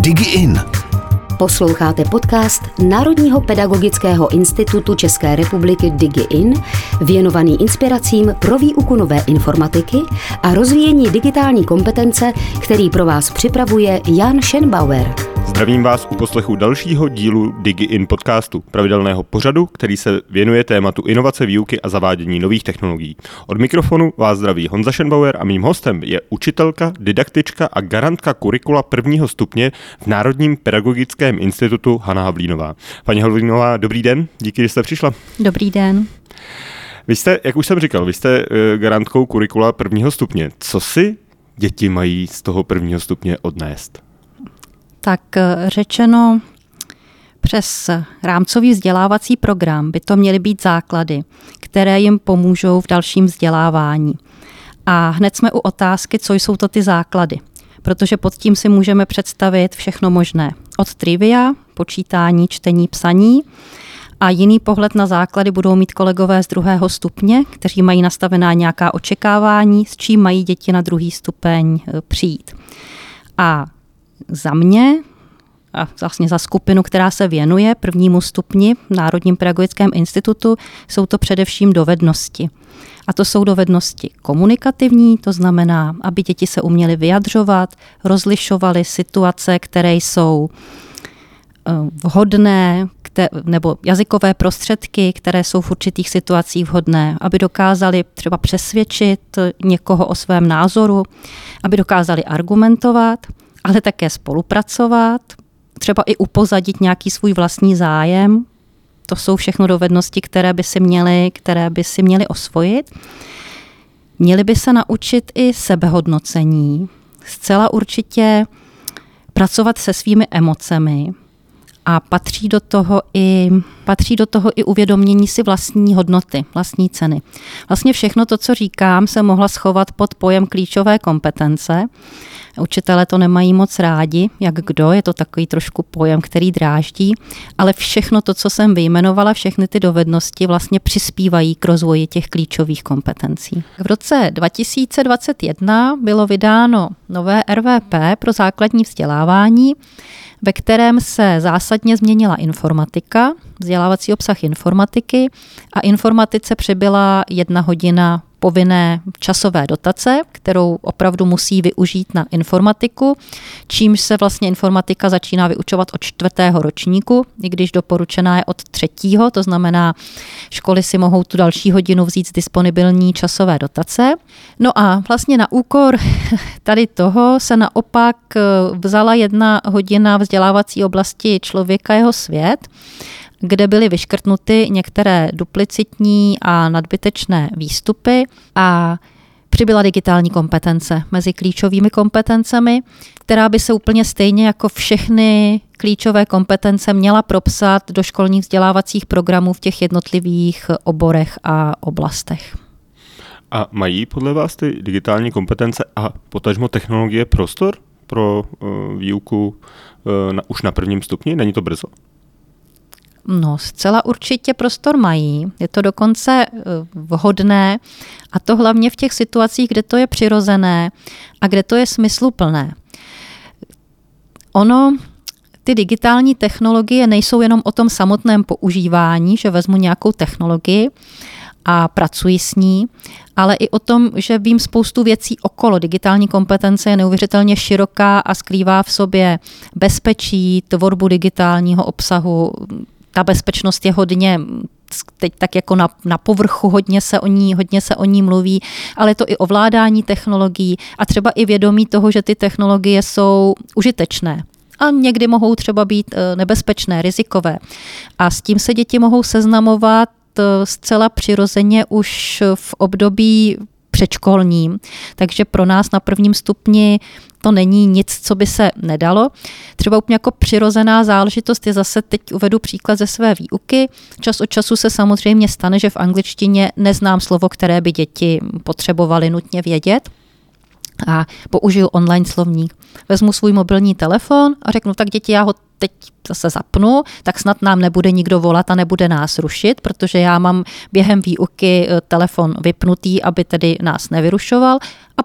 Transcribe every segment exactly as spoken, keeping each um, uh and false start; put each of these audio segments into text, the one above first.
DigiIn. Posloucháte podcast Národního pedagogického institutu České republiky DigiIn, věnovaný inspiracím pro výuku nové informatiky a rozvíjení digitální kompetence, který pro vás připravuje Jan Schenbauer. Zdravím vás u poslechu dalšího dílu DigiIn podcastu, pravidelného pořadu, který se věnuje tématu inovace výuky a zavádění nových technologií. Od mikrofonu vás zdraví Honza Schenbauer a mým hostem je učitelka, didaktička a garantka kurikula prvního stupně v Národním pedagogickém institutu Hana Havlínová. Paní Havlínová, dobrý den, díky, že jste přišla. Dobrý den. Vy jste, jak už jsem říkal, vy jste garantkou kurikula prvního stupně. Co si děti mají z toho prvního stupně odnést? Tak řečeno, přes rámcový vzdělávací program by to měly být základy, které jim pomůžou v dalším vzdělávání. A hned jsme u otázky, co jsou to ty základy, protože pod tím si můžeme představit všechno možné. Od trivia, počítání, čtení, psaní a jiný pohled na základy budou mít kolegové z druhého stupně, kteří mají nastavená nějaká očekávání, s čím mají děti na druhý stupeň přijít. A za mě a vlastně za skupinu, která se věnuje prvnímu stupni v Národním pedagogickém institutu, jsou to především dovednosti. A to jsou dovednosti komunikativní, to znamená, aby děti se uměly vyjadřovat, rozlišovaly situace, které jsou vhodné, nebo jazykové prostředky, které jsou v určitých situacích vhodné, aby dokázali třeba přesvědčit někoho o svém názoru, aby dokázali argumentovat, ale také spolupracovat, třeba i upozadit nějaký svůj vlastní zájem. To jsou všechno dovednosti, které by si měli, které by si měli osvojit. Měli by se naučit i sebehodnocení, zcela určitě pracovat se svými emocemi a patří do toho i, patří do toho i uvědomění si vlastní hodnoty, vlastní ceny. Vlastně všechno to, co říkám, se mohla schovat pod pojem klíčové kompetence. Učitelé to nemají moc rádi, jak kdo, je to takový trošku pojem, který dráždí, ale všechno to, co jsem vyjmenovala, všechny ty dovednosti vlastně přispívají k rozvoji těch klíčových kompetencí. V roce dva tisíce dvacet jedna bylo vydáno nové R V P pro základní vzdělávání, ve kterém se zásadně změnila informatika, vzdělávací obsah informatiky a informatice přibyla jedna hodina povinné časové dotace, kterou opravdu musí využít na informatiku, čímž se vlastně informatika začíná vyučovat od čtvrtého ročníku, i když doporučená je od třetího, to znamená, školy si mohou tu další hodinu vzít z disponibilní časové dotace. No a vlastně na úkor tady toho se naopak vzala jedna hodina vzdělávací oblasti Člověka jeho svět, kde byly vyškrtnuty některé duplicitní a nadbytečné výstupy a přibyla digitální kompetence mezi klíčovými kompetencemi, která by se úplně stejně jako všechny klíčové kompetence měla propsat do školních vzdělávacích programů v těch jednotlivých oborech a oblastech. A mají podle vás ty digitální kompetence a potažmo technologie prostor pro uh, výuku uh, na, už na prvním stupni? Není to brzo? No, zcela určitě prostor mají. Je to dokonce vhodné a to hlavně v těch situacích, kde to je přirozené a kde to je smysluplné. Ono, ty digitální technologie nejsou jenom o tom samotném používání, že vezmu nějakou technologii a pracuji s ní, ale i o tom, že vím spoustu věcí okolo. Digitální kompetence je neuvěřitelně široká a skrývá v sobě bezpečí, tvorbu digitálního obsahu. Ta bezpečnost je hodně, teď tak jako na, na povrchu, hodně se, o ní, hodně se o ní mluví, ale je to i ovládání technologií a třeba i vědomí toho, že ty technologie jsou užitečné. A někdy mohou třeba být nebezpečné, rizikové. A s tím se děti mohou seznamovat zcela přirozeně už v období předškolním. Takže pro nás na prvním stupni to není nic, co by se nedalo. Třeba úplně jako přirozená záležitost je zase, teď uvedu příklad ze své výuky. Čas od času se samozřejmě stane, že v angličtině neznám slovo, které by děti potřebovaly nutně vědět. A použiju online slovník. Vezmu svůj mobilní telefon a řeknu, tak děti, já ho teď zase zapnu, tak snad nám nebude nikdo volat a nebude nás rušit, protože já mám během výuky telefon vypnutý, aby tedy nás nevyrušoval a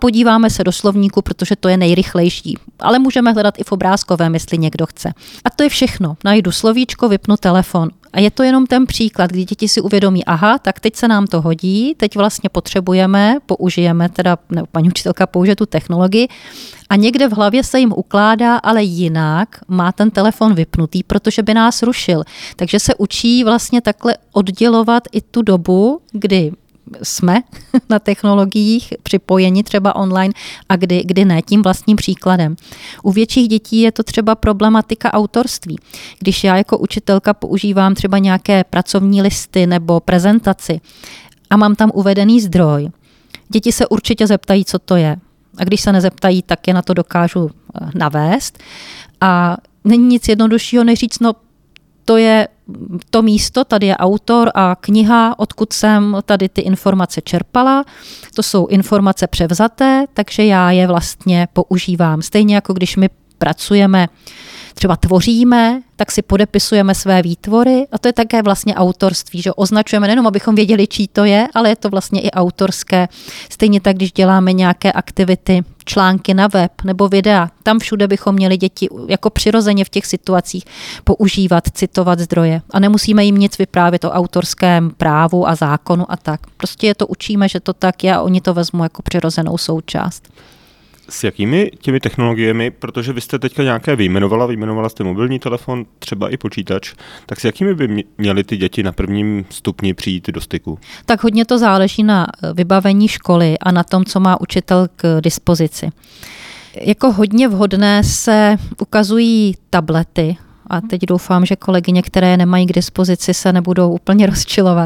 podíváme se do slovníku, protože to je nejrychlejší. Ale můžeme hledat i v obrázkovém, jestli někdo chce. A to je všechno. Najdu slovíčko, vypnu telefon. A je to jenom ten příklad, kdy děti si uvědomí, aha, tak teď se nám to hodí, teď vlastně potřebujeme, použijeme, teda nebo paní učitelka použije tu technologii a někde v hlavě se jim ukládá, ale jinak má ten telefon vypnutý, protože by nás rušil. Takže se učí vlastně takhle oddělovat i tu dobu, kdy jsme na technologiích připojeni třeba online a kdy, kdy ne, tím vlastním příkladem. U větších dětí je to třeba problematika autorství. Když já jako učitelka používám třeba nějaké pracovní listy nebo prezentaci a mám tam uvedený zdroj, děti se určitě zeptají, co to je. A když se nezeptají, tak je na to dokážu navést. A není nic jednoduššího, než říct, no to je to místo, tady je autor a kniha, odkud jsem tady ty informace čerpala. To jsou informace převzaté, takže já je vlastně používám. Stejně jako když my pracujeme, třeba tvoříme, tak si podepisujeme své výtvory a to je také vlastně autorství, že označujeme nejenom, abychom věděli, čí to je, ale je to vlastně i autorské. Stejně tak, když děláme nějaké aktivity, články na web nebo videa, tam všude bychom měli děti jako přirozeně v těch situacích používat, citovat zdroje. A nemusíme jim nic vyprávět o autorském právu a zákonu a tak. Prostě je to učíme, že to tak je a oni to vezmou jako přirozenou součást. S jakými těmi technologiemi, protože vy jste teďka nějaké vyjmenovala, vyjmenovala jste mobilní telefon, třeba i počítač, tak s jakými by měly ty děti na prvním stupni přijít do styku? Tak hodně to záleží na vybavení školy a na tom, co má učitel k dispozici. Jako hodně vhodné se ukazují tablety a teď doufám, že kolegyně, které nemají k dispozici, se nebudou úplně rozčilovat.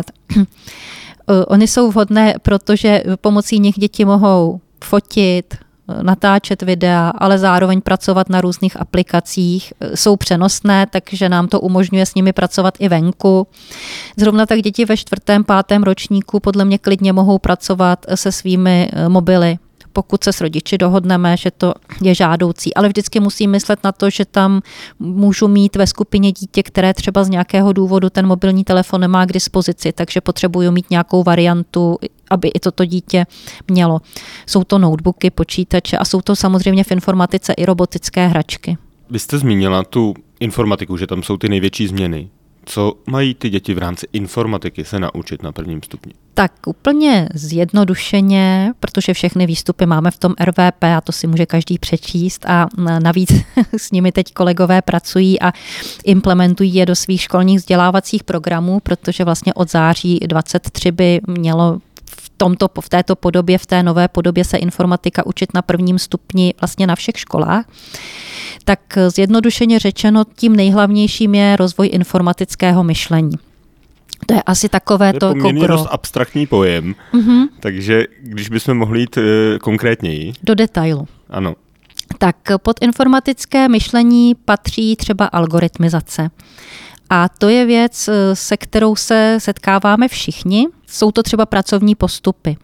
Ony jsou vhodné, protože pomocí nich děti mohou fotit, natáčet videa, ale zároveň pracovat na různých aplikacích. Jsou přenosné, takže nám to umožňuje s nimi pracovat i venku. Zrovna tak děti ve čtvrtém, pátém ročníku podle mě klidně mohou pracovat se svými mobily, pokud se s rodiči dohodneme, že to je žádoucí. Ale vždycky musím myslet na to, že tam můžu mít ve skupině dítě, které třeba z nějakého důvodu ten mobilní telefon nemá k dispozici, takže potřebuju mít nějakou variantu, aby i toto dítě mělo. Jsou to notebooky, počítače a jsou to samozřejmě v informatice i robotické hračky. Vy jste zmínila tu informatiku, že tam jsou ty největší změny. Co mají ty děti v rámci informatiky se naučit na prvním stupni? Tak úplně zjednodušeně, protože všechny výstupy máme v tom R V P a to si může každý přečíst a navíc s nimi teď kolegové pracují a implementují je do svých školních vzdělávacích programů, protože vlastně od září dvacet tři by mělo v tomto, v této podobě, v té nové podobě se informatika učit na prvním stupni vlastně na všech školách. Tak zjednodušeně řečeno, tím nejhlavnějším je rozvoj informatického myšlení. To je asi takové to... To je poměrně dost abstraktní pojem, mm-hmm. takže když bychom mohli jít e, konkrétněji. Do detailu. Ano. Tak pod informatické myšlení patří třeba algoritmizace. A to je věc, se kterou se setkáváme všichni. Jsou to třeba pracovní postupy.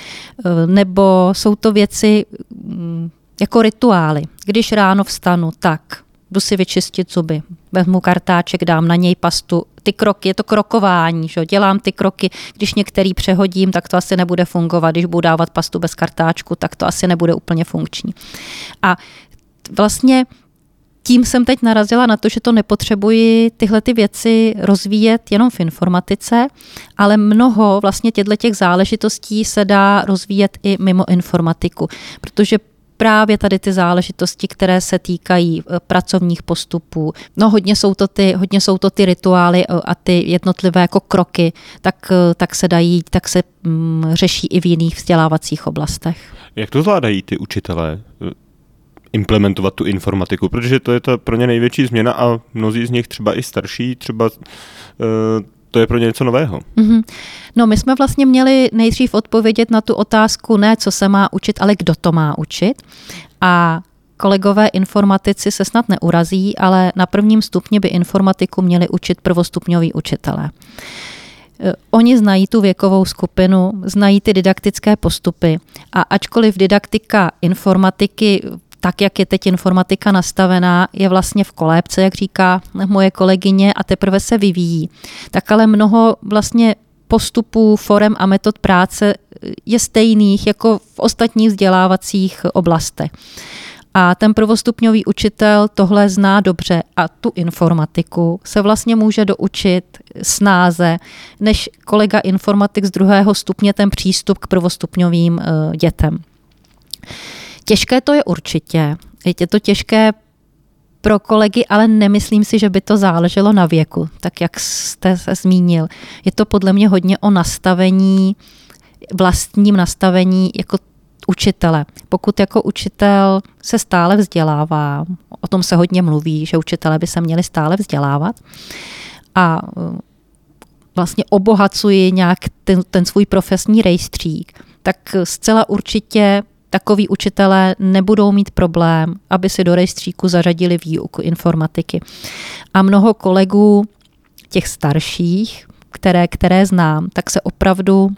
Nebo jsou to věci jako rituály. Když ráno vstanu, tak jdu si vyčistit zuby. Vezmu kartáček, dám na něj pastu. Ty kroky, je to krokování, že? Dělám ty kroky. Když některý přehodím, tak to asi nebude fungovat. Když budu dávat pastu bez kartáčku, tak to asi nebude úplně funkční. A vlastně tím jsem teď narazila na to, že to nepotřebuji tyhle ty věci rozvíjet jenom v informatice, ale mnoho vlastně těchto záležitostí se dá rozvíjet i mimo informatiku, protože právě tady ty záležitosti, které se týkají pracovních postupů, no hodně jsou to ty, hodně jsou to ty rituály a ty jednotlivé jako kroky, tak, tak se dají, tak se mm, řeší i v jiných vzdělávacích oblastech. Jak to zvládají ty učitelé implementovat tu informatiku, protože to je ta pro ně největší změna a mnozí z nich třeba i starší, třeba uh, to je pro ně něco nového. Mm-hmm. No my jsme vlastně měli nejdřív odpovědět na tu otázku ne, co se má učit, ale kdo to má učit. A kolegové informatici se snad neurazí, ale na prvním stupni by informatiku měli učit prvostupňoví učitelé. Oni znají tu věkovou skupinu, znají ty didaktické postupy a ačkoliv didaktika informatiky tak, jak je teď informatika nastavená, je vlastně v kolébce, jak říká moje kolegyně, a teprve se vyvíjí. Tak ale mnoho vlastně postupů, forem a metod práce je stejných jako v ostatních vzdělávacích oblastech. A ten prvostupňový učitel tohle zná dobře a tu informatiku se vlastně může doučit snáze, než kolega informatik z druhého stupně ten přístup k prvostupňovým dětem. Těžké to je určitě. Je to těžké pro kolegy, ale nemyslím si, že by to záleželo na věku, tak jak jste se zmínil. Je to podle mě hodně o nastavení, vlastním nastavení jako učitele. Pokud jako učitel se stále vzdělává, o tom se hodně mluví, že učitelé by se měli stále vzdělávat a vlastně obohacují nějak ten, ten svůj profesní rejstřík, tak zcela určitě takoví učitelé nebudou mít problém, aby si do rejstříku zařadili výuku informatiky. A mnoho kolegů, těch starších, které, které znám, tak se opravdu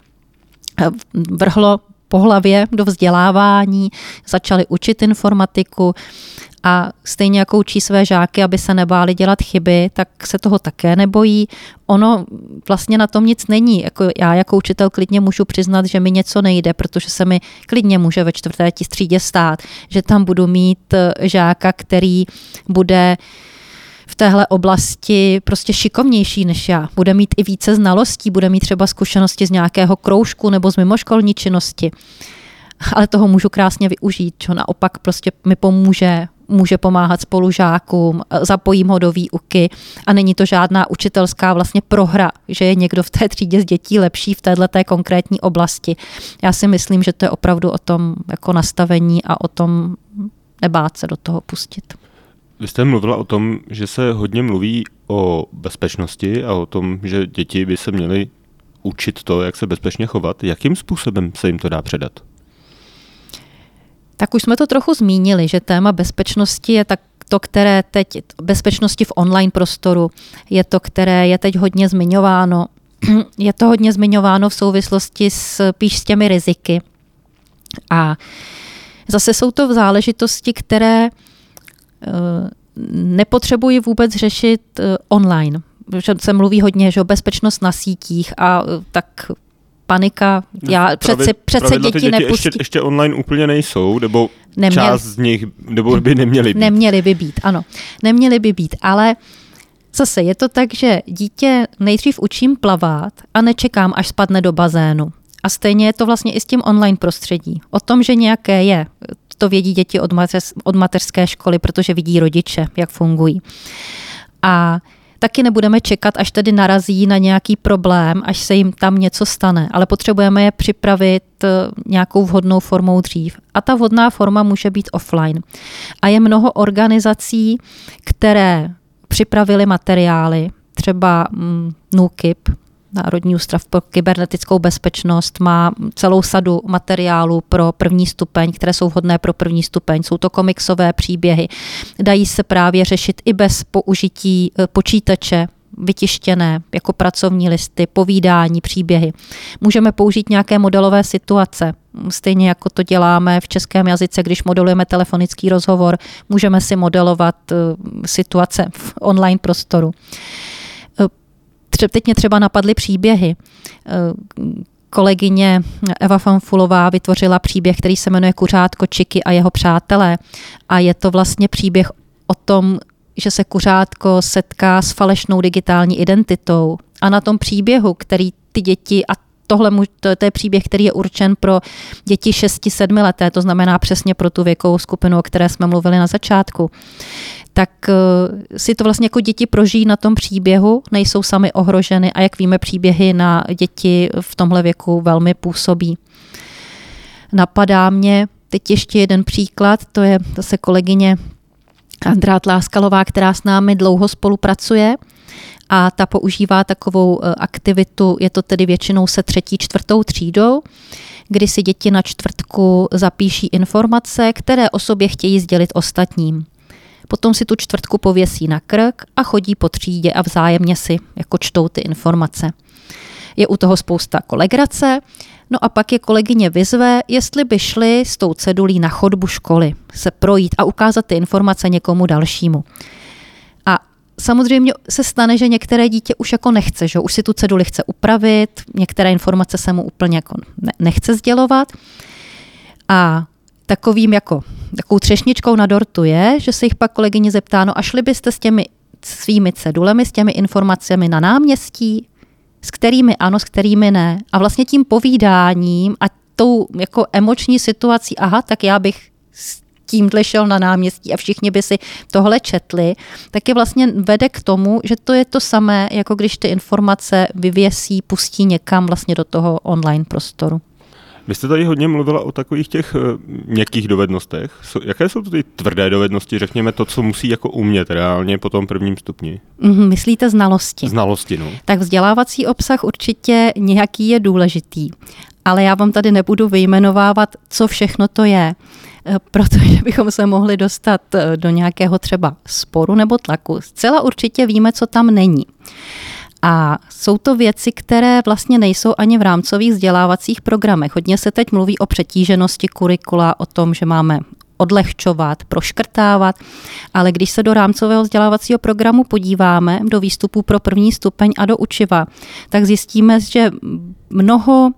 vrhlo po hlavě do vzdělávání, začali učit informatiku a stejně jako učí své žáky, aby se nebáli dělat chyby, tak se toho také nebojí. Ono vlastně na tom nic není. Jako já jako učitel klidně můžu přiznat, že mi něco nejde, protože se mi klidně může ve čtvrté třídě stát, že tam budu mít žáka, který bude v téhle oblasti prostě šikovnější než já. Bude mít i více znalostí, bude mít třeba zkušenosti z nějakého kroužku nebo z mimoškolní činnosti. Ale toho můžu krásně využít, čo naopak prostě mi pomůže, může pomáhat spolužákům, zapojím ho do výuky a není to žádná učitelská vlastně prohra, že je někdo v té třídě z dětí lepší v této konkrétní oblasti. Já si myslím, že to je opravdu o tom jako nastavení a o tom nebát se do toho pustit. Vy jste mluvila o tom, že se hodně mluví o bezpečnosti a o tom, že děti by se měly učit to, jak se bezpečně chovat. Jakým způsobem se jim to dá předat? Tak už jsme to trochu zmínili, že téma bezpečnosti je tak to, které teď, bezpečnosti v online prostoru, je to, které je teď hodně zmiňováno. Je to hodně zmiňováno v souvislosti s, píš s těmi riziky. A zase jsou to záležitosti, které nepotřebuji vůbec řešit online. Že se mluví hodně, že o bezpečnost na sítích a tak panika. Já přece, přece děti, děti nepustí. Ještě, ještě online úplně nejsou, nebo Neměli. Část z nich nebo by neměly být. Neměly by být, ano. Neměly by být, ale zase je to tak, že dítě nejdřív učím plavat a nečekám, až spadne do bazénu. A stejně je to vlastně i s tím online prostředí. O tom, že nějaké je, to vědí děti od, mateř, od mateřské školy, protože vidí rodiče, jak fungují. A taky nebudeme čekat, až tedy narazí na nějaký problém, až se jim tam něco stane, ale potřebujeme je připravit nějakou vhodnou formou dřív. A ta vhodná forma může být offline. A je mnoho organizací, které připravily materiály, třeba mm, NÚKIB, Národní ústav pro kybernetickou bezpečnost, má celou sadu materiálů pro první stupeň, které jsou vhodné pro první stupeň. Jsou to komiksové příběhy. Dají se právě řešit i bez použití počítače, vytištěné jako pracovní listy, povídání, příběhy. Můžeme použít nějaké modelové situace. Stejně jako to děláme v českém jazyce, když modelujeme telefonický rozhovor, můžeme si modelovat situace v online prostoru. Teď mě třeba napadly příběhy. Kolegyně Eva Fanfulová vytvořila příběh, který se jmenuje Kuřátko Čiky a jeho přátelé. A je to vlastně příběh o tom, že se kuřátko setká s falešnou digitální identitou. A na tom příběhu, který ty děti, a tohle to, to je příběh, který je určen pro děti šesti sedmi leté, to znamená přesně pro tu věkovou skupinu, o které jsme mluvili na začátku, tak si to vlastně jako děti prožijí na tom příběhu, nejsou sami ohroženy a jak víme, příběhy na děti v tomhle věku velmi působí. Napadá mě teď ještě jeden příklad, to je zase kolegyně Andrá Tláskalová, která s námi dlouho spolupracuje a ta používá takovou aktivitu, je to tedy většinou se třetí, čtvrtou třídou, kdy si děti na čtvrtku zapíší informace, které o sobě chtějí sdělit ostatním. Potom si tu čtvrtku pověsí na krk a chodí po třídě a vzájemně si jako čtou ty informace. Je u toho spousta legrace, no a pak je kolegyně vyzve, jestli by šli s tou cedulí na chodbu školy, se projít a ukázat ty informace někomu dalšímu. A samozřejmě se stane, že některé dítě už jako nechce, že už si tu ceduli chce upravit, některé informace se mu úplně jako nechce sdělovat. A takovým jako, takovou třešničkou na dortu je, že se jich pak kolegyně zeptá, no a šli byste s těmi svými cedulemi, s těmi informacemi na náměstí, s kterými ano, s kterými ne. A vlastně tím povídáním a tou jako emoční situací, aha, tak já bych s tímhle šel na náměstí a všichni by si tohle četli, tak je vlastně vede k tomu, že to je to samé, jako když ty informace vyvěsí, pustí někam vlastně do toho online prostoru. Vy jste tady hodně mluvila o takových těch uh, měkkých dovednostech. So, jaké jsou to ty tvrdé dovednosti, řekněme to, co musí jako umět reálně po tom prvním stupni? Mm, myslíte znalosti? Znalosti, no. Tak vzdělávací obsah určitě nějaký je důležitý, ale já vám tady nebudu vyjmenovávat, co všechno to je, protože bychom se mohli dostat do nějakého třeba sporu nebo tlaku. Zcela určitě víme, co tam není. A jsou to věci, které vlastně nejsou ani v rámcových vzdělávacích programech. Hodně se teď mluví o přetíženosti kurikula, o tom, že máme odlehčovat, proškrtávat, ale když se do rámcového vzdělávacího programu podíváme, do výstupů pro první stupeň a do učiva, tak zjistíme, že mnoho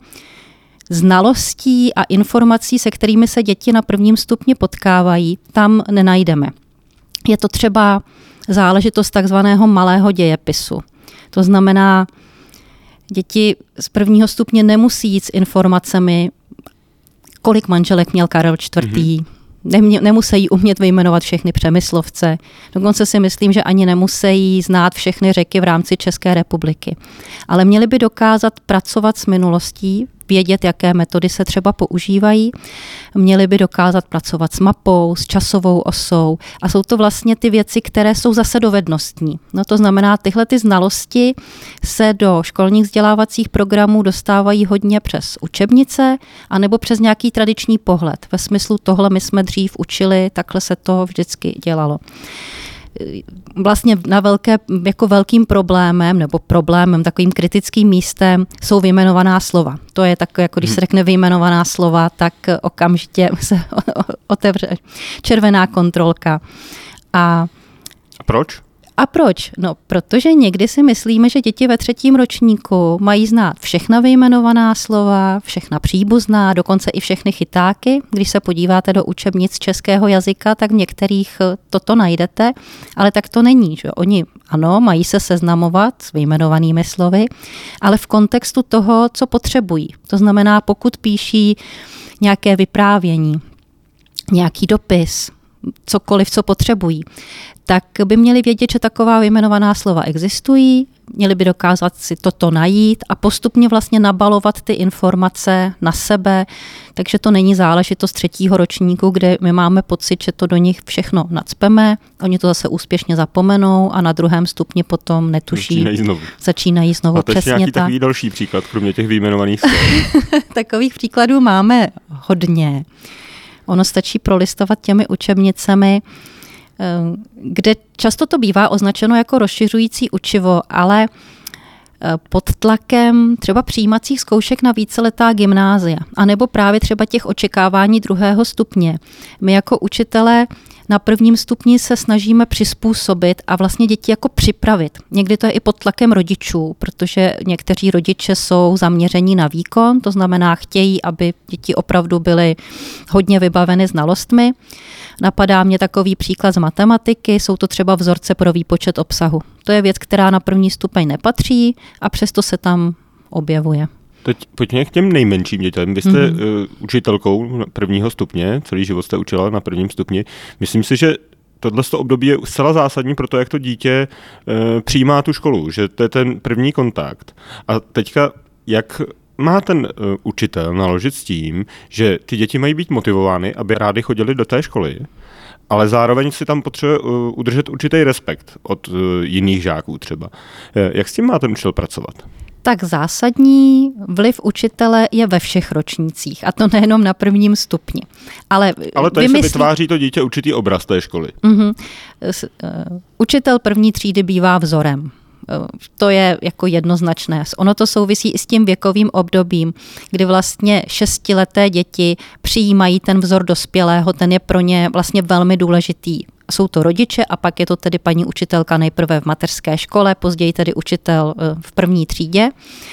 znalostí a informací, se kterými se děti na prvním stupni potkávají, tam nenajdeme. Je to třeba záležitost takzvaného malého dějepisu. To znamená, děti z prvního stupně nemusí jít s informacemi, kolik manželek měl Karel čtvrtý, mm-hmm. Nemě, nemusí umět vyjmenovat všechny Přemyslovce. Dokonce si myslím, že ani nemusí znát všechny řeky v rámci České republiky. Ale měli by dokázat pracovat s minulostí, vědět, jaké metody se třeba používají. Měli by dokázat pracovat s mapou, s časovou osou a jsou to vlastně ty věci, které jsou zase dovednostní. No to znamená, tyhle ty znalosti se do školních vzdělávacích programů dostávají hodně přes učebnice anebo přes nějaký tradiční pohled. Ve smyslu tohle my jsme dřív učili, takhle se to vždycky dělalo. Vlastně na velké, jako velkým problémem nebo problémem, takovým kritickým místem jsou vyjmenovaná slova. To je takové, jako když se řekne vyjmenovaná slova, tak okamžitě se otevře červená kontrolka. A, A proč? A proč? No, protože někdy si myslíme, že děti ve třetím ročníku mají znát všechna vyjmenovaná slova, všechna příbuzná, dokonce i všechny chytáky. Když se podíváte do učebnic českého jazyka, tak v některých toto najdete, ale tak to není. Že? Oni, ano, mají se seznamovat s vyjmenovanými slovy, ale v kontextu toho, co potřebují. To znamená, pokud píší nějaké vyprávění, nějaký dopis, cokoliv, co potřebují, tak by měli vědět, že taková vyjmenovaná slova existují, měli by dokázat si toto najít a postupně vlastně nabalovat ty informace na sebe, takže to není záležitost třetího ročníku, kde my máme pocit, že to do nich všechno nacpeme, oni to zase úspěšně zapomenou a na druhém stupni potom netuší. Začínají znovu. Začínají znovu, a přesně nějaký tak. Takový další příklad, kromě těch vyjmenovaných slov. Takových příkladů máme hodně. Ono stačí prolistovat těmi učebnicemi, kde často to bývá označeno jako rozšiřující učivo, ale pod tlakem třeba přijímacích zkoušek na víceletá gymnázia, anebo právě třeba těch očekávání druhého stupně. My jako učitelé na prvním stupni se snažíme přizpůsobit a vlastně děti jako připravit. Někdy to je i pod tlakem rodičů, protože někteří rodiče jsou zaměření na výkon, to znamená chtějí, aby děti opravdu byly hodně vybaveny znalostmi. Napadá mě takový příklad z matematiky, jsou to třeba vzorce pro výpočet obsahu. To je věc, která na první stupeň nepatří a přesto se tam objevuje. Teď pojďme k těm nejmenším dětem. Vy jste mm-hmm. uh, učitelkou prvního stupně, celý život jste učila na prvním stupni. Myslím si, že tohle období je zcela zásadní pro to, jak to dítě uh, přijímá tu školu, že to je ten první kontakt. A teďka, jak má ten uh, učitel naložit s tím, že ty děti mají být motivovány, aby rádi chodili do té školy, ale zároveň si tam potřebuje uh, udržet určitý respekt od uh, jiných žáků třeba. Uh, jak s tím má ten učitel pracovat? Tak zásadní vliv učitele je ve všech ročnících, a to nejenom na prvním stupni. Ale, Ale tady vymyslí... se vytváří to dítě určitý obraz té školy. Uh-huh. Učitel první třídy bývá vzorem. To je jako jednoznačné. Ono to souvisí i s tím věkovým obdobím, kdy vlastně šestileté děti přijímají ten vzor dospělého, ten je pro ně vlastně velmi důležitý. Jsou to rodiče a pak je to tedy paní učitelka nejprve v mateřské škole, později tedy učitel v první třídě.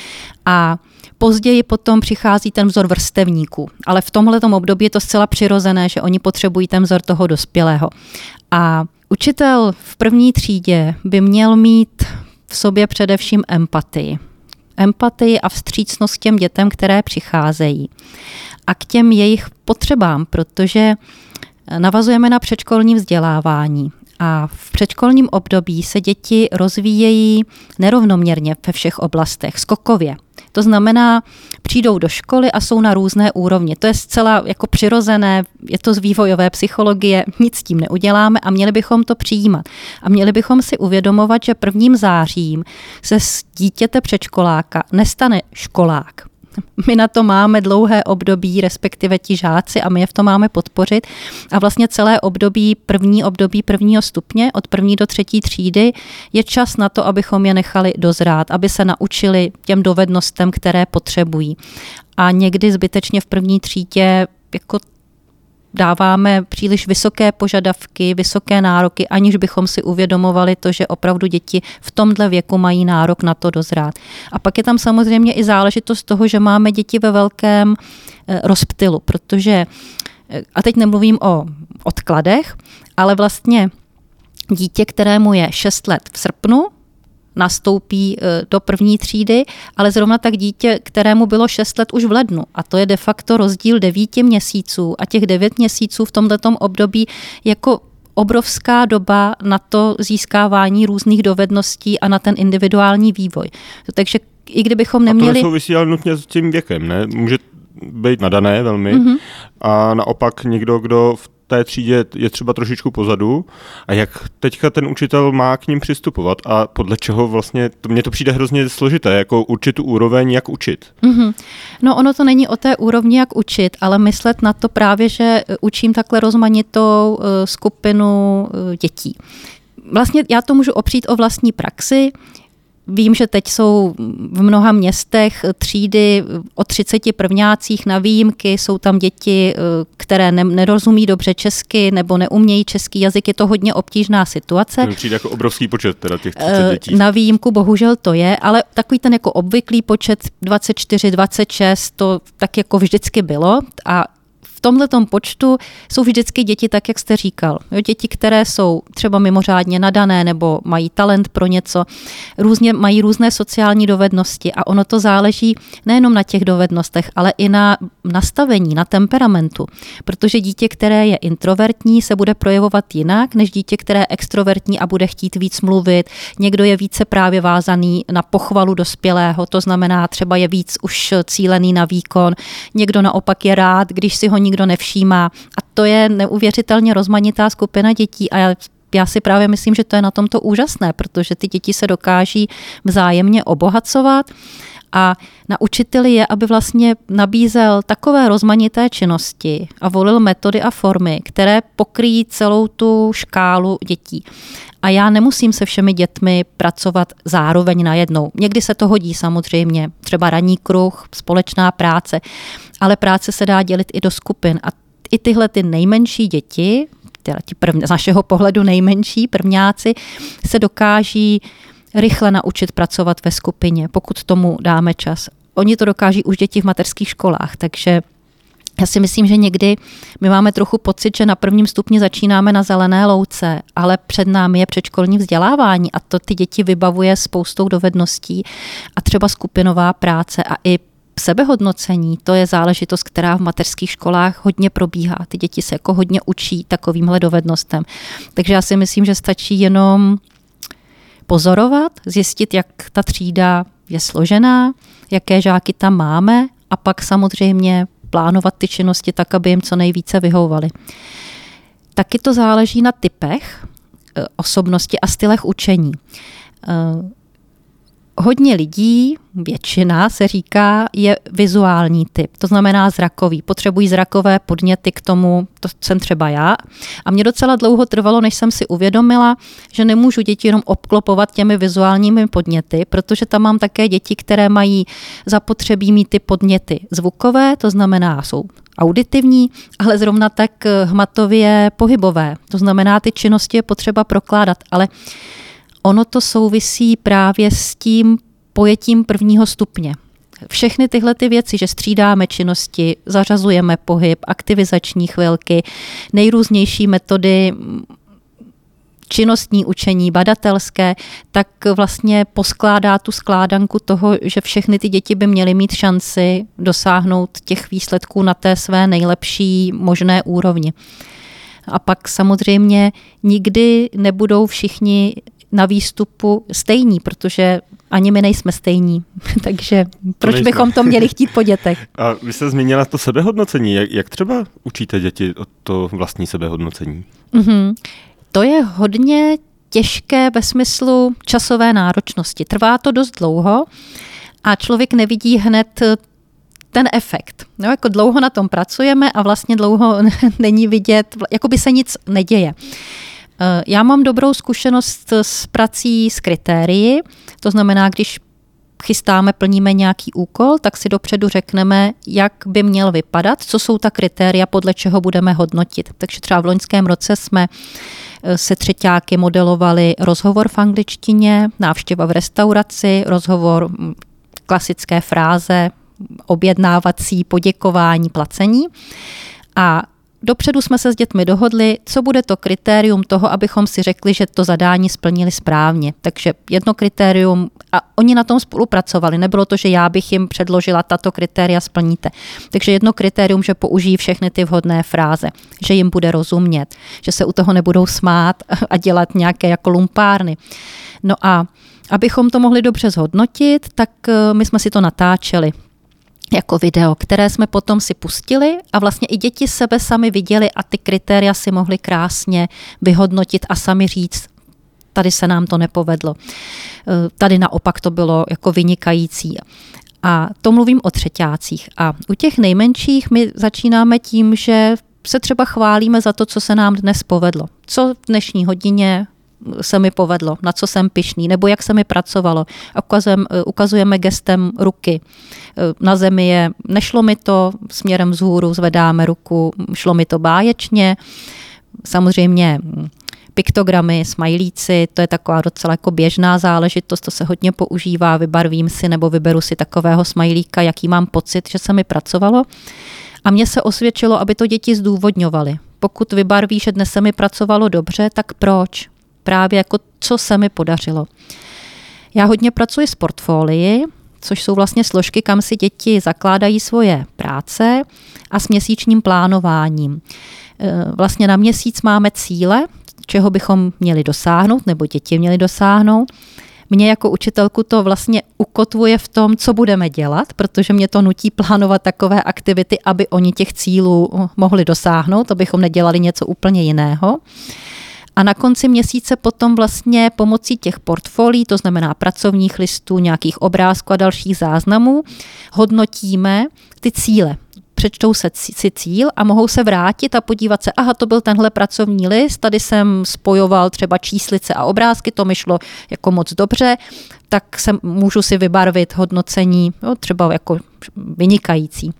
A později potom přichází ten vzor vrstevníků, ale v tomhletom období je to zcela přirozené, že oni potřebují ten vzor toho dospělého. A učitel v první třídě by měl mít v sobě především empatii. Empatii a vstřícnost k těm dětem, které přicházejí. A k těm jejich potřebám, protože navazujeme na předškolní vzdělávání. A v předškolním období se děti rozvíjejí nerovnoměrně ve všech oblastech, skokově. To znamená, přijdou do školy a jsou na různé úrovni. To je zcela jako přirozené, je to z vývojové psychologie, nic s tím neuděláme a měli bychom to přijímat. A měli bychom si uvědomovat, že prvním zářím se z dítěte předškoláka nestane školák. My na to máme dlouhé období, respektive ti žáci a my je v tom máme podpořit. A vlastně celé období, první období prvního stupně, od první do třetí třídy, je čas na to, abychom je nechali dozrát, aby se naučili těm dovednostem, které potřebují. A někdy zbytečně v první třídě jako dáváme příliš vysoké požadavky, vysoké nároky, aniž bychom si uvědomovali to, že opravdu děti v tomhle věku mají nárok na to dozrát. A pak je tam samozřejmě i záležitost toho, že máme děti ve velkém rozptylu, protože, a teď nemluvím o odkladech, ale vlastně dítě, kterému je šest let v srpnu, nastoupí do první třídy, ale zrovna tak dítě, kterému bylo šest let už v lednu. A to je de facto rozdíl devíti měsíců. A těch devět měsíců v tomhletom období jako obrovská doba na to získávání různých dovedností a na ten individuální vývoj. Takže i kdybychom neměli... A to nesouvisí ale nutně s tím věkem, ne? Může být nadané velmi mm-hmm. a naopak někdo, kdo v té třídě je třeba trošičku pozadu a jak teďka ten učitel má k ním přistupovat a podle čeho vlastně, to, mně to přijde hrozně složité, jako určit tu úroveň, jak učit. Mm-hmm. No ono to není o té úrovni, jak učit, ale myslet na to právě, že učím takhle rozmanitou uh, skupinu uh, dětí. Vlastně já to můžu opřít o vlastní praxi. Vím, že teď jsou v mnoha městech třídy o třiceti prvňácích na výjimky, jsou tam děti, které ne, nerozumí dobře česky nebo neumějí český jazyk, je to hodně obtížná situace. To přijde jako obrovský počet teda těch třicet dětí. Na výjimku bohužel to je, ale takový ten jako obvyklý počet dvacet čtyři, dvacet šest, to tak jako vždycky bylo a v tomhletom počtu jsou vždycky děti tak, jak jste říkal. Jo, děti, které jsou třeba mimořádně nadané nebo mají talent pro něco, různě, mají různé sociální dovednosti a ono to záleží nejenom na těch dovednostech, ale i na nastavení, na temperamentu. Protože dítě, které je introvertní, se bude projevovat jinak, než dítě, které je extrovertní a bude chtít víc mluvit. Někdo je více právě vázaný na pochvalu dospělého, to znamená třeba je víc už cílený na výkon. Někdo naopak je rád, když si ho nikdo nevšímá. A to je neuvěřitelně rozmanitá skupina dětí a já, já si právě myslím, že to je na tomto úžasné, protože ty děti se dokáží vzájemně obohacovat a na učiteli je, aby vlastně nabízel takové rozmanité činnosti a volil metody a formy, které pokryjí celou tu škálu dětí. A já nemusím se všemi dětmi pracovat zároveň najednou. Někdy se to hodí samozřejmě, třeba ranní kruh, společná práce, ale práce se dá dělit i do skupin. A i tyhle ty nejmenší děti, teda ti prv, z našeho pohledu nejmenší prvňáci, se dokáží rychle naučit pracovat ve skupině, pokud tomu dáme čas. Oni to dokáží už děti v mateřských školách, takže já si myslím, že někdy my máme trochu pocit, že na prvním stupni začínáme na zelené louce, ale před námi je předškolní vzdělávání a to ty děti vybavuje spoustou dovedností a třeba skupinová práce a i sebehodnocení, to je záležitost, která v mateřských školách hodně probíhá. Ty děti se jako hodně učí takovýmhle dovednostem. Takže já si myslím, že stačí jenom pozorovat, zjistit, jak ta třída je složená, jaké žáky tam máme a pak samozřejmě plánovat ty činnosti tak, aby jim co nejvíce vyhovovaly. Taky to záleží na typech osobnosti a stylech učení. Hodně lidí, většina se říká, je vizuální typ, to znamená zrakový. Potřebují zrakové podněty k tomu, to jsem třeba já. A mě docela dlouho trvalo, než jsem si uvědomila, že nemůžu děti jenom obklopovat těmi vizuálními podněty, protože tam mám také děti, které mají zapotřebí mít ty podněty zvukové, to znamená jsou auditivní, ale zrovna tak hmatově pohybové. To znamená, ty činnosti je potřeba prokládat, ale ono to souvisí právě s tím pojetím prvního stupně. Všechny tyhle ty věci, že střídáme činnosti, zařazujeme pohyb, aktivizační chvilky, nejrůznější metody činnostní učení, badatelské, tak vlastně poskládá tu skládanku toho, že všechny ty děti by měly mít šanci dosáhnout těch výsledků na té své nejlepší možné úrovni. A pak samozřejmě nikdy nebudou všichni na výstupu stejní, protože ani my nejsme stejní. Takže proč nejsme. bychom to měli chtít po dětech? A vy jste zmínila to sebehodnocení. Jak, jak třeba učíte děti o to vlastní sebehodnocení? Mm-hmm. To je hodně těžké ve smyslu časové náročnosti. Trvá to dost dlouho a člověk nevidí hned ten efekt. No, jako dlouho na tom pracujeme a vlastně dlouho není vidět, jako by se nic neděje. Já mám dobrou zkušenost s prací s kritérii, to znamená, když chystáme, plníme nějaký úkol, tak si dopředu řekneme, jak by měl vypadat, co jsou ta kritéria, podle čeho budeme hodnotit. Takže třeba v loňském roce jsme se třeťáky modelovali rozhovor v angličtině, návštěva v restauraci, rozhovor klasické fráze, objednávací, poděkování, placení. A dopředu jsme se s dětmi dohodli, co bude to kritérium toho, abychom si řekli, že to zadání splnili správně. Takže jedno kritérium, a oni na tom spolupracovali, nebylo to, že já bych jim předložila tato kritéria, splníte. Takže jedno kritérium, že použijí všechny ty vhodné fráze, že jim bude rozumět, že se u toho nebudou smát a dělat nějaké jako lumpárny. No a abychom to mohli dobře zhodnotit, tak my jsme si to natáčeli jako video, které jsme potom si pustili a vlastně i děti sebe sami viděli a ty kritéria si mohli krásně vyhodnotit a sami říct, tady se nám to nepovedlo. Tady naopak to bylo jako vynikající. A to mluvím o třeťácích. A u těch nejmenších my začínáme tím, že se třeba chválíme za to, co se nám dnes povedlo. Co v dnešní hodině se mi povedlo, na co jsem pyšný, nebo jak se mi pracovalo. Ukazujeme, ukazujeme gestem ruky. Na zemi je, nešlo mi to, směrem vzhůru zvedáme ruku, šlo mi to báječně. Samozřejmě piktogramy, smajlíci, to je taková docela jako běžná záležitost, to se hodně používá, vybarvím si nebo vyberu si takového smajlíka, jaký mám pocit, že se mi pracovalo. A mně se osvědčilo, aby to děti zdůvodňovaly. Pokud vybarví, že dnes se mi pracovalo dobře, tak proč? Právě jako co se mi podařilo. Já hodně pracuji s portfolii, což jsou vlastně složky, kam si děti zakládají svoje práce a s měsíčním plánováním. Vlastně na měsíc máme cíle, čeho bychom měli dosáhnout, nebo děti měly dosáhnout. Mě jako učitelku to vlastně ukotvuje v tom, co budeme dělat, protože mě to nutí plánovat takové aktivity, aby oni těch cílů mohli dosáhnout, abychom nedělali něco úplně jiného. A na konci měsíce potom vlastně pomocí těch portfolií, to znamená pracovních listů, nějakých obrázků a dalších záznamů, hodnotíme ty cíle. Přečtou se si cíl a mohou se vrátit a podívat se, aha, to byl tenhle pracovní list, tady jsem spojoval třeba číslice a obrázky, to mi šlo jako moc dobře, tak se můžu si vybarvit hodnocení, jo, třeba jako vynikající.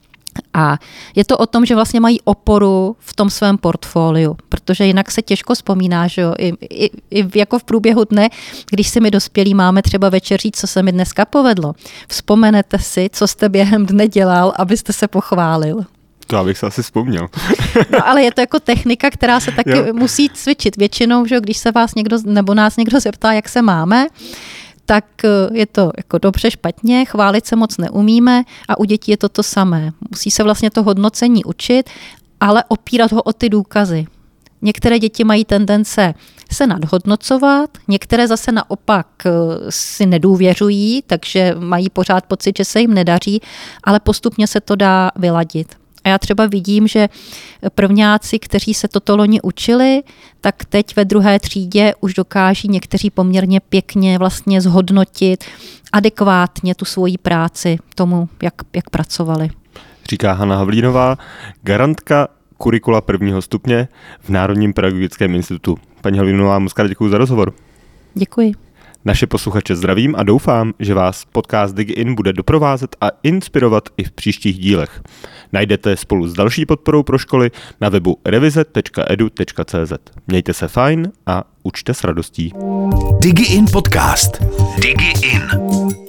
A je to o tom, že vlastně mají oporu v tom svém portfoliu, protože jinak se těžko vzpomíná, že jo, I, i, i jako v průběhu dne, když si my dospělí máme třeba večer říct, co se mi dneska povedlo. Vzpomenete si, co jste během dne dělal, abyste se pochválil. To abych se asi vzpomněl. No ale je to jako technika, která se taky jo. musí cvičit. Většinou, že když se vás někdo nebo nás někdo zeptá, jak se máme, tak je to jako dobře, špatně, chválit se moc neumíme a u dětí je to to samé. Musí se vlastně to hodnocení učit, ale opírat ho o ty důkazy. Některé děti mají tendence se nadhodnocovat, některé zase naopak si nedůvěřují, takže mají pořád pocit, že se jim nedaří, ale postupně se to dá vyladit. A já třeba vidím, že prvňáci, kteří se toto loni učili, tak teď ve druhé třídě už dokáží někteří poměrně pěkně vlastně zhodnotit adekvátně tu svoji práci tomu, jak, jak pracovali. Říká Hana Havlínová, garantka kurikula prvního stupně v Národním pedagogickém institutu. Paní Havlínová, moc krát děkuji za rozhovor. Děkuji. Naše posluchače zdravím a doufám, že vás podcast DigiIn bude doprovázet a inspirovat i v příštích dílech. Najdete spolu s další podporou pro školy na webu revize tečka edu tečka cz. Mějte se fajn a učte s radostí. DigiIn podcast. DigiIn.